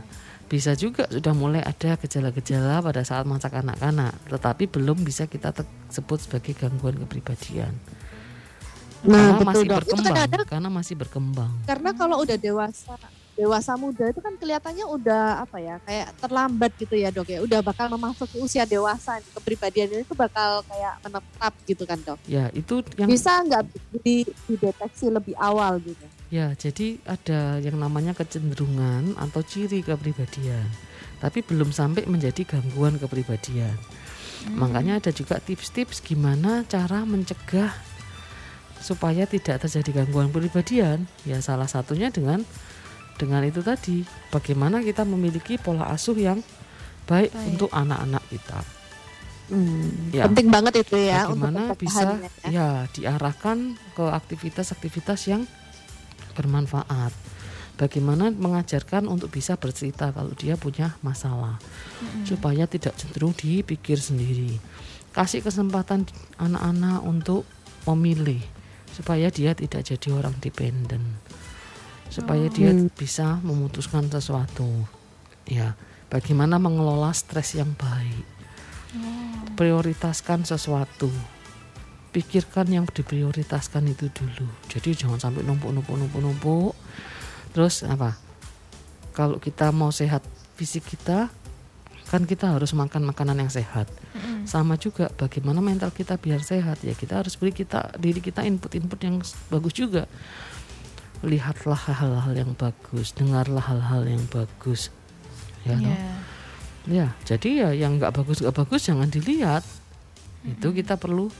Bisa juga sudah mulai ada gejala-gejala pada saat masa kanak-kanak, tetapi belum bisa kita sebut sebagai gangguan kepribadian. Nah, Karena betul masih dok. Itu berkembang, kadang-kadang karena masih berkembang. karena kalau udah dewasa muda itu kan kelihatannya udah apa ya, kayak terlambat gitu ya dok ya. Udah bakal memasuki usia dewasa, kepribadian itu bakal kayak menetap gitu kan dok. Ya, itu yang Bisa nggak dideteksi lebih awal gitu? ya, jadi ada yang namanya kecenderungan atau ciri kepribadian, tapi belum sampai menjadi gangguan kepribadian. Makanya ada juga tips-tips gimana cara mencegah supaya tidak terjadi gangguan kepribadian. Ya salah satunya dengan itu tadi, bagaimana kita memiliki pola asuh yang baik untuk anak-anak kita. Ya, Penting banget itu ya bagaimana untuk bisa pencegahannya ya. ya diarahkan ke aktivitas-aktivitas yang bermanfaat. Bagaimana mengajarkan untuk bisa bercerita kalau dia punya masalah, supaya tidak cenderung dipikir sendiri. Kasih kesempatan anak-anak untuk memilih, supaya dia tidak jadi orang dependen, supaya dia bisa memutuskan sesuatu. Ya, bagaimana mengelola stres yang baik. Prioritaskan sesuatu. Pikirkan yang diprioritaskan itu dulu. Jadi jangan sampai numpuk. Terus apa? Kalau kita mau sehat fisik kita, kan kita harus makan makanan yang sehat. Sama juga bagaimana mental kita biar sehat, ya kita harus beri diri kita input-input yang bagus juga. Lihatlah hal-hal yang bagus, dengarlah hal-hal yang bagus. Ya, no? Ya, jadi ya yang nggak bagus jangan dilihat. Itu kita perlu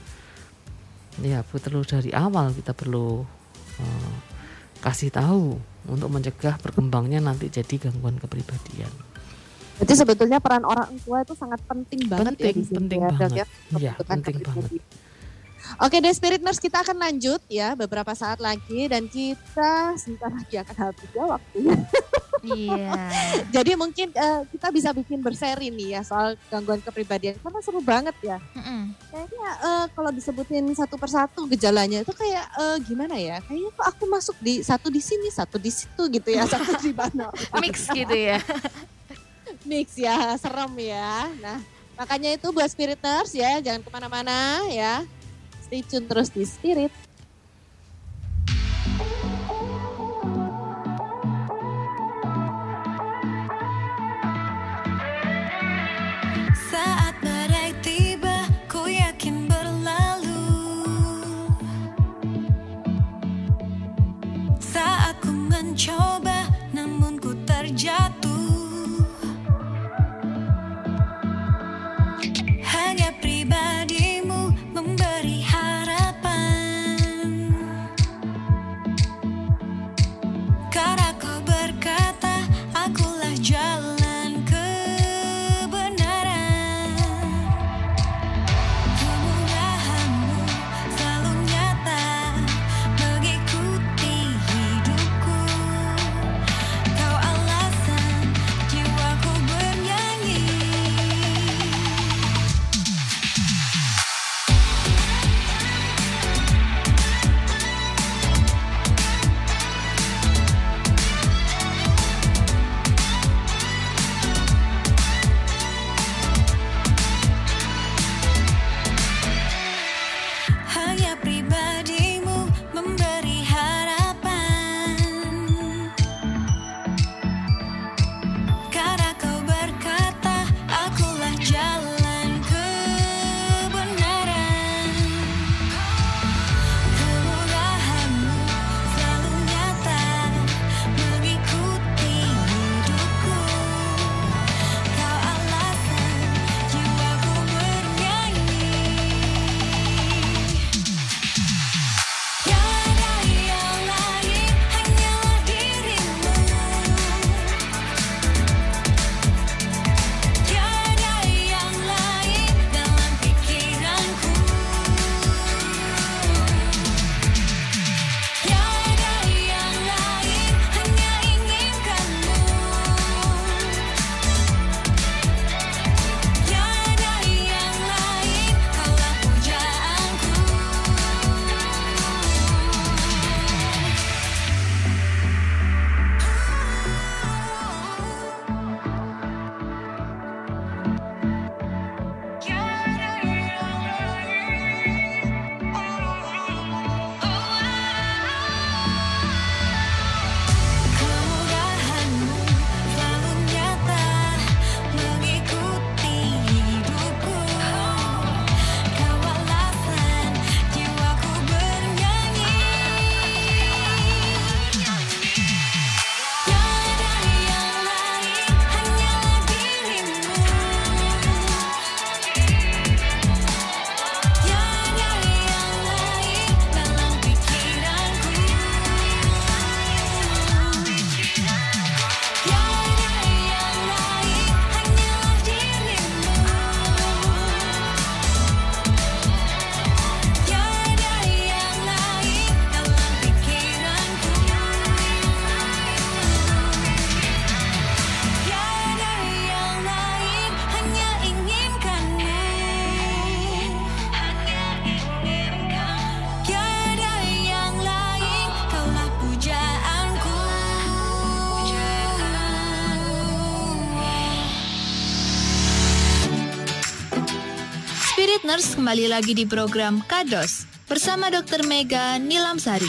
dari awal kita perlu kasih tahu untuk mencegah berkembangnya nanti jadi gangguan kepribadian. Jadi sebetulnya peran orang tua itu sangat penting banget ya di sini. Penting ya, Dok, banget. ya, Ya, pembentukan penting banget. kepribadian. Oke deh Spirit Nurse, kita akan lanjut ya beberapa saat lagi dan kita sebentar lagi akan habis ya waktunya. Iya. Jadi mungkin kita bisa bikin berseri nih ya soal gangguan kepribadian karena seru banget ya. Kayaknya kalau disebutin satu persatu gejalanya itu kayak gimana ya? Kayaknya kok aku masuk di satu di sini, satu di situ gitu ya, satu di mana? Mix gitu ya. Mix ya, serem ya. Nah, makanya itu buat Spirit Nurse ya, jangan kemana-mana ya. Stay tune terus di Spirit. Saat badai tiba, ku yakin berlalu. Saat ku mencoba, namun ku terjatuh. Hanya pribadimu memberi harapan. Nurse kembali lagi di program Kados bersama Dr. Mega Nilamsari.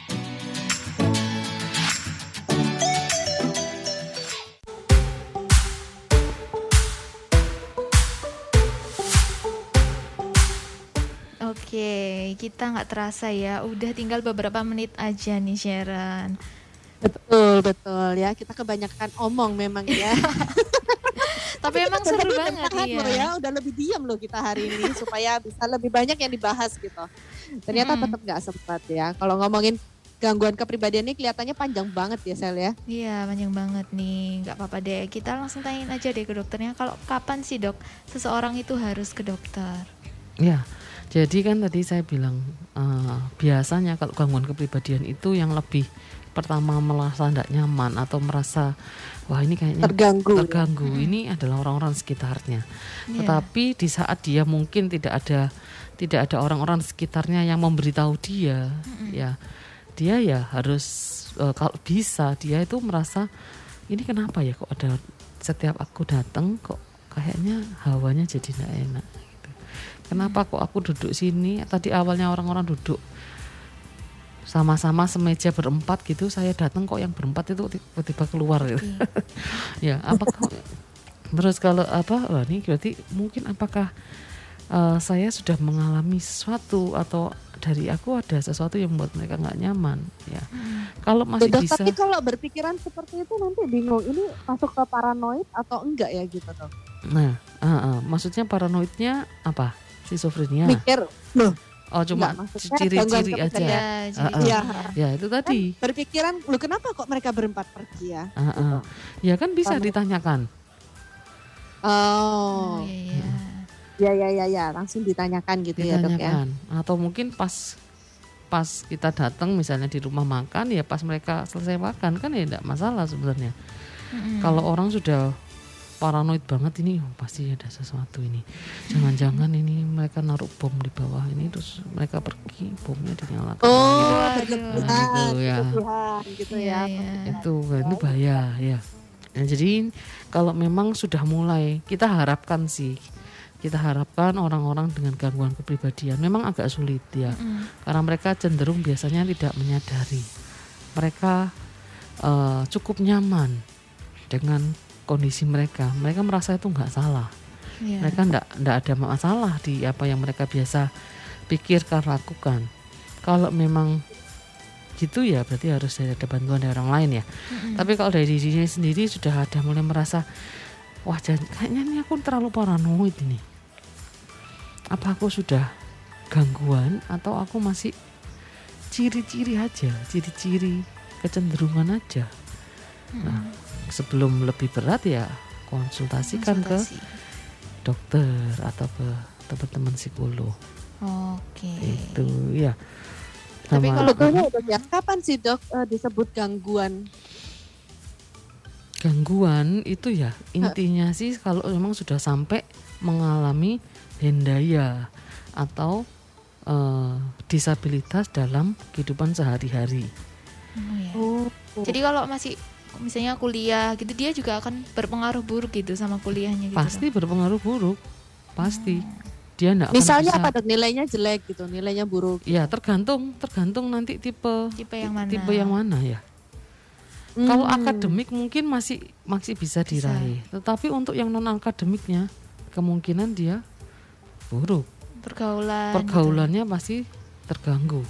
Oke, kita nggak terasa ya, udah tinggal beberapa menit aja nih Sharon. Betul ya. Kita kebanyakan omong memang ya. Tapi emang seru banget Tahan ya. loh ya, udah lebih diam loh kita hari ini supaya bisa lebih banyak yang dibahas gitu. Ternyata tetap nggak sempat ya. Kalau ngomongin gangguan kepribadian ini kelihatannya panjang banget ya Sel ya. Iya, panjang banget nih. Nggak apa-apa deh, kita langsung tanyain aja deh ke dokternya. Kalau kapan sih dok seseorang itu harus ke dokter? Ya, jadi kan tadi saya bilang biasanya kalau gangguan kepribadian itu yang lebih pertama merasa tidak nyaman atau merasa wah ini kayaknya terganggu. Ini adalah orang-orang sekitarnya. Tetapi di saat dia mungkin tidak ada orang-orang sekitarnya yang memberitahu dia, ya dia ya harus kalau bisa dia itu merasa ini kenapa ya kok ada setiap aku datang kok kayaknya hawanya jadi tidak enak. Gitu. Kenapa kok aku duduk sini? Tadi awalnya orang-orang duduk sama-sama semeja berempat gitu, saya datang kok yang berempat itu tiba-tiba keluar gitu. Ya, apakah terus kalau wah ini berarti mungkin apakah saya sudah mengalami sesuatu atau dari aku ada sesuatu yang membuat mereka nggak nyaman ya. Kalau masih bisa. Tapi kalau berpikiran seperti itu nanti bingung ini masuk ke paranoid atau enggak ya gitu dong. Nah, maksudnya paranoidnya apa? Schizophrenia. Mikir loh. Oh cuma ciri-ciri aja. Ya itu tadi. Kan berpikiran, lu kenapa kok mereka berempat pergi ya? Ya kan bisa ditanyakan. Oh. Ya, langsung ditanyakan gitu ya dok ya. Atau mungkin pas kita datang misalnya di rumah makan ya pas mereka selesai makan kan ya tidak masalah sebenarnya. Kalau orang sudah paranoid banget ini pasti ada sesuatu ini. Jangan-jangan ini mereka naruh bom di bawah ini terus mereka pergi bomnya dinyalakan. Gitu ya. Itu bahaya ya. Nah, jadi kalau memang sudah mulai kita harapkan orang-orang dengan gangguan kepribadian memang agak sulit ya. Karena mereka cenderung biasanya tidak menyadari. Mereka cukup nyaman dengan kondisi mereka merasa itu nggak salah, mereka nggak ada masalah di apa yang mereka biasa pikirkan lakukan. Kalau memang gitu ya berarti harus ada bantuan dari orang lain ya. Tapi kalau dari dirinya sendiri sudah ada mulai merasa wah kayaknya ini aku terlalu paranoid ini, apa aku sudah gangguan atau aku masih ciri-ciri kecenderungan aja. Nah, sebelum lebih berat ya konsultasikan ke dokter atau ke teman-teman psikolog. Oke. Itu ya. Tapi kalau dok ya kapan sih dok disebut gangguan? Gangguan itu ya intinya sih kalau memang sudah sampai mengalami hendaya atau disabilitas dalam kehidupan sehari-hari. Jadi kalau masih misalnya kuliah gitu dia juga akan berpengaruh buruk gitu sama kuliahnya gitu. Pasti berpengaruh buruk. Pasti. Dia enggak misalnya apa dok, nilainya jelek gitu, nilainya buruk. Ya, tergantung nanti tipe yang mana ya. Kalau akademik mungkin masih bisa diraih. Tetapi untuk yang non akademiknya kemungkinan dia buruk. Pergaulannya gitu. Pasti terganggu.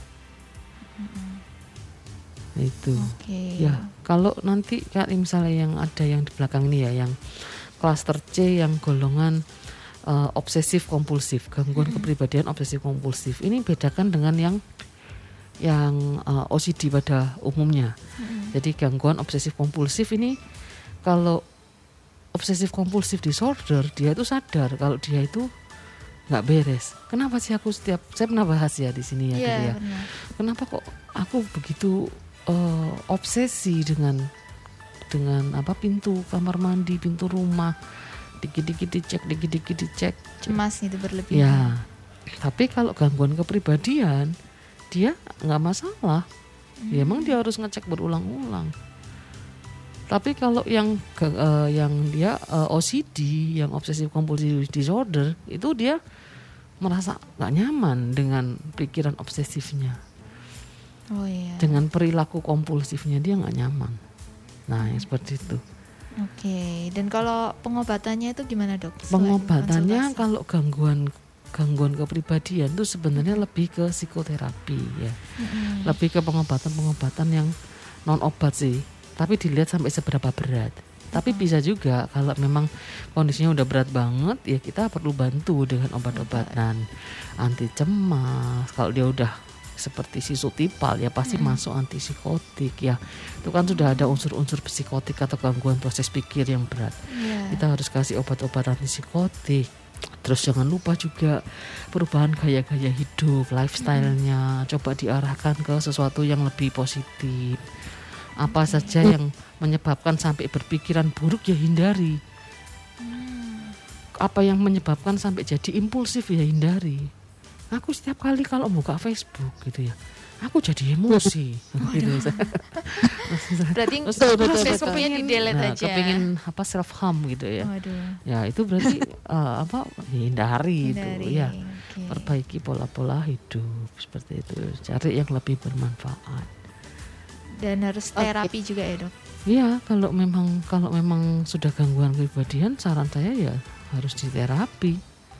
Itu ya kalau nanti misalnya yang ada yang di belakang ini ya yang klaster C yang golongan obsesif kompulsif, gangguan kepribadian obsesif kompulsif ini bedakan dengan yang OCD pada umumnya. Jadi gangguan obsesif kompulsif ini kalau obsesif kompulsif disorder dia itu sadar kalau dia itu nggak beres. Kenapa sih aku saya pernah bahas ya di sini ya gitu ya. Kenapa kok aku begitu obsesi dengan pintu kamar mandi, pintu rumah dikit-dikit dicek, cemas itu berlebihan. Ya, tapi kalau gangguan kepribadian dia nggak masalah, ya emang dia harus ngecek berulang-ulang. Tapi kalau yang dia OCD, yang obsessive compulsive disorder itu dia merasa nggak nyaman dengan pikiran obsesifnya, Oh iya. dengan perilaku kompulsifnya dia nggak nyaman. Nah, yang seperti itu. Oke. Dan kalau pengobatannya itu gimana, Dok? Selain Pengobatannya konsultasi? kalau gangguan kepribadian itu sebenarnya lebih ke psikoterapi ya. Lebih ke pengobatan yang non obat sih. Tapi dilihat sampai seberapa berat. Tapi bisa juga kalau memang kondisinya udah berat banget ya kita perlu bantu dengan obat-obatan anti cemas. Kalau dia udah seperti sisotipal ya pasti masuk antipsikotik ya. Itu kan sudah ada unsur-unsur psikotik atau gangguan proses pikir yang berat. Iya. Kita harus kasih obat-obat antipsikotik. Terus jangan lupa juga perubahan gaya-gaya hidup, lifestyle-nya coba diarahkan ke sesuatu yang lebih positif. Apa saja yang menyebabkan sampai berpikiran buruk ya hindari. Apa yang menyebabkan sampai jadi impulsif ya hindari. Aku setiap kali kalau buka Facebook gitu ya, aku jadi emosi. Gitu. Berarti Facebooknya di-delete aja. Kepingin apa self harm gitu ya. Waduh. Ya itu berarti hindari itu ya. Oke. Perbaiki pola-pola hidup seperti itu. Cari yang lebih bermanfaat. Dan harus terapi juga ya, Dok? Iya, kalau memang sudah gangguan kepribadian, saran saya ya harus diterapi.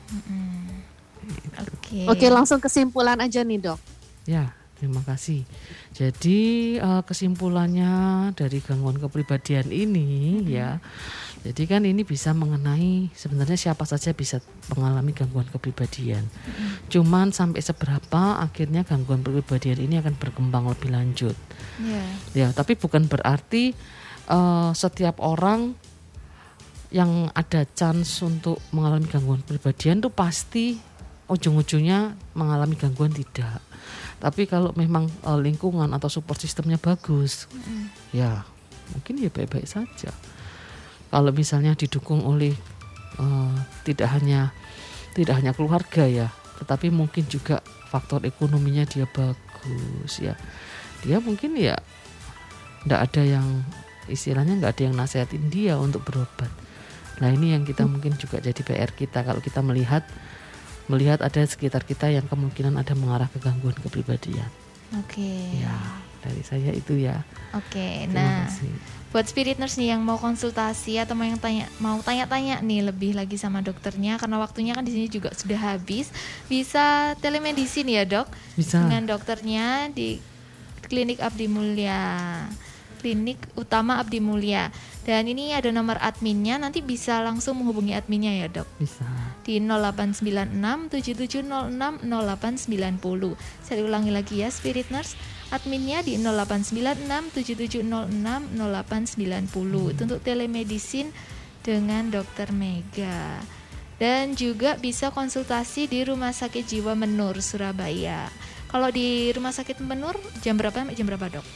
Oke. Oke, langsung kesimpulan aja nih, Dok. Ya, terima kasih. Jadi kesimpulannya dari gangguan kepribadian ini ya, jadi kan ini bisa mengenai sebenarnya siapa saja bisa mengalami gangguan kepribadian. Cuman sampai seberapa akhirnya gangguan kepribadian ini akan berkembang lebih lanjut. Ya, tapi bukan berarti setiap orang yang ada chance untuk mengalami gangguan kepribadian itu pasti ujung-ujungnya mengalami gangguan, tidak. Tapi kalau memang lingkungan atau support sistemnya bagus, ya mungkin ya baik-baik saja. Kalau misalnya didukung oleh tidak hanya keluarga ya, tetapi mungkin juga faktor ekonominya dia bagus ya. Dia mungkin ya nggak ada yang istilahnya nggak ada yang nasihatin dia untuk berobat. Nah ini yang kita mungkin juga jadi PR kita kalau kita melihat ada sekitar kita yang kemungkinan ada mengarah ke gangguan kepribadian. Oke. Ya dari saya itu ya. Oke. Terima Nah, kasih. buat Spirit Nurse nih yang mau konsultasi atau mau tanya-tanya nih lebih lagi sama dokternya karena waktunya kan di sini juga sudah habis, bisa telemedicine ya, Dok? Bisa. Dengan dokternya di Klinik Abdi Mulya. Klinik Utama Abdi Mulya. Dan ini ada nomor adminnya, nanti bisa langsung menghubungi adminnya ya, Dok. Bisa. Di 0896 7706 0890. Saya ulangi lagi ya, Spirit Nurse. Adminnya di 0896 7706 0890. Itu untuk telemedicine dengan Dokter Mega. Dan juga bisa konsultasi di Rumah Sakit Jiwa Menur Surabaya. Kalau di Rumah Sakit Menur jam berapa sampai jam berapa, Dok?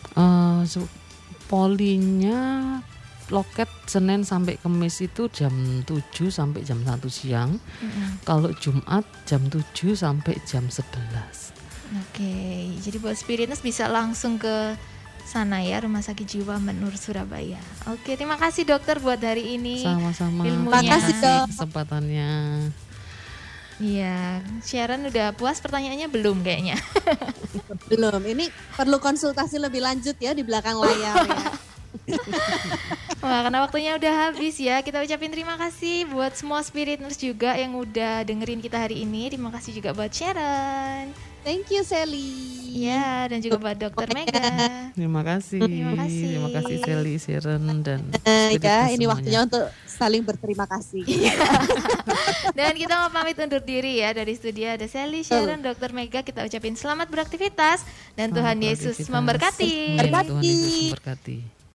Polinya loket Senin sampai Kamis itu jam 7 sampai jam 1 siang. Kalau Jumat jam 7 sampai jam 11. Oke, jadi buat Spirit Nurse bisa langsung ke sana ya, Rumah Sakit Jiwa Menur Surabaya. Oke, terima kasih dokter buat hari ini. Sama-sama. Ilmunya. Terima kasih Dok. kesempatannya. Iya, Sharon udah puas pertanyaannya belum kayaknya? Belum, ini perlu konsultasi lebih lanjut ya di belakang layar ya. Wah, karena waktunya udah habis ya. Kita ucapin terima kasih buat semua Spirit Nurse juga yang udah dengerin kita hari ini. Terima kasih juga buat Sharon. Thank you Sally. Ya, dan juga buat Dokter Mega. Terima kasih. Terima kasih. Terima kasih Sally, Sharon dan Ya, ini semuanya. waktunya untuk saling berterima kasih. Dan kita mau pamit undur diri ya. Dari studio ada Sally, Sharon, Dokter Mega. Kita ucapin selamat beraktivitas dan Tuhan Selamat Yesus beraktivitas. memberkati. Amin. Tuhan Yesus memberkati.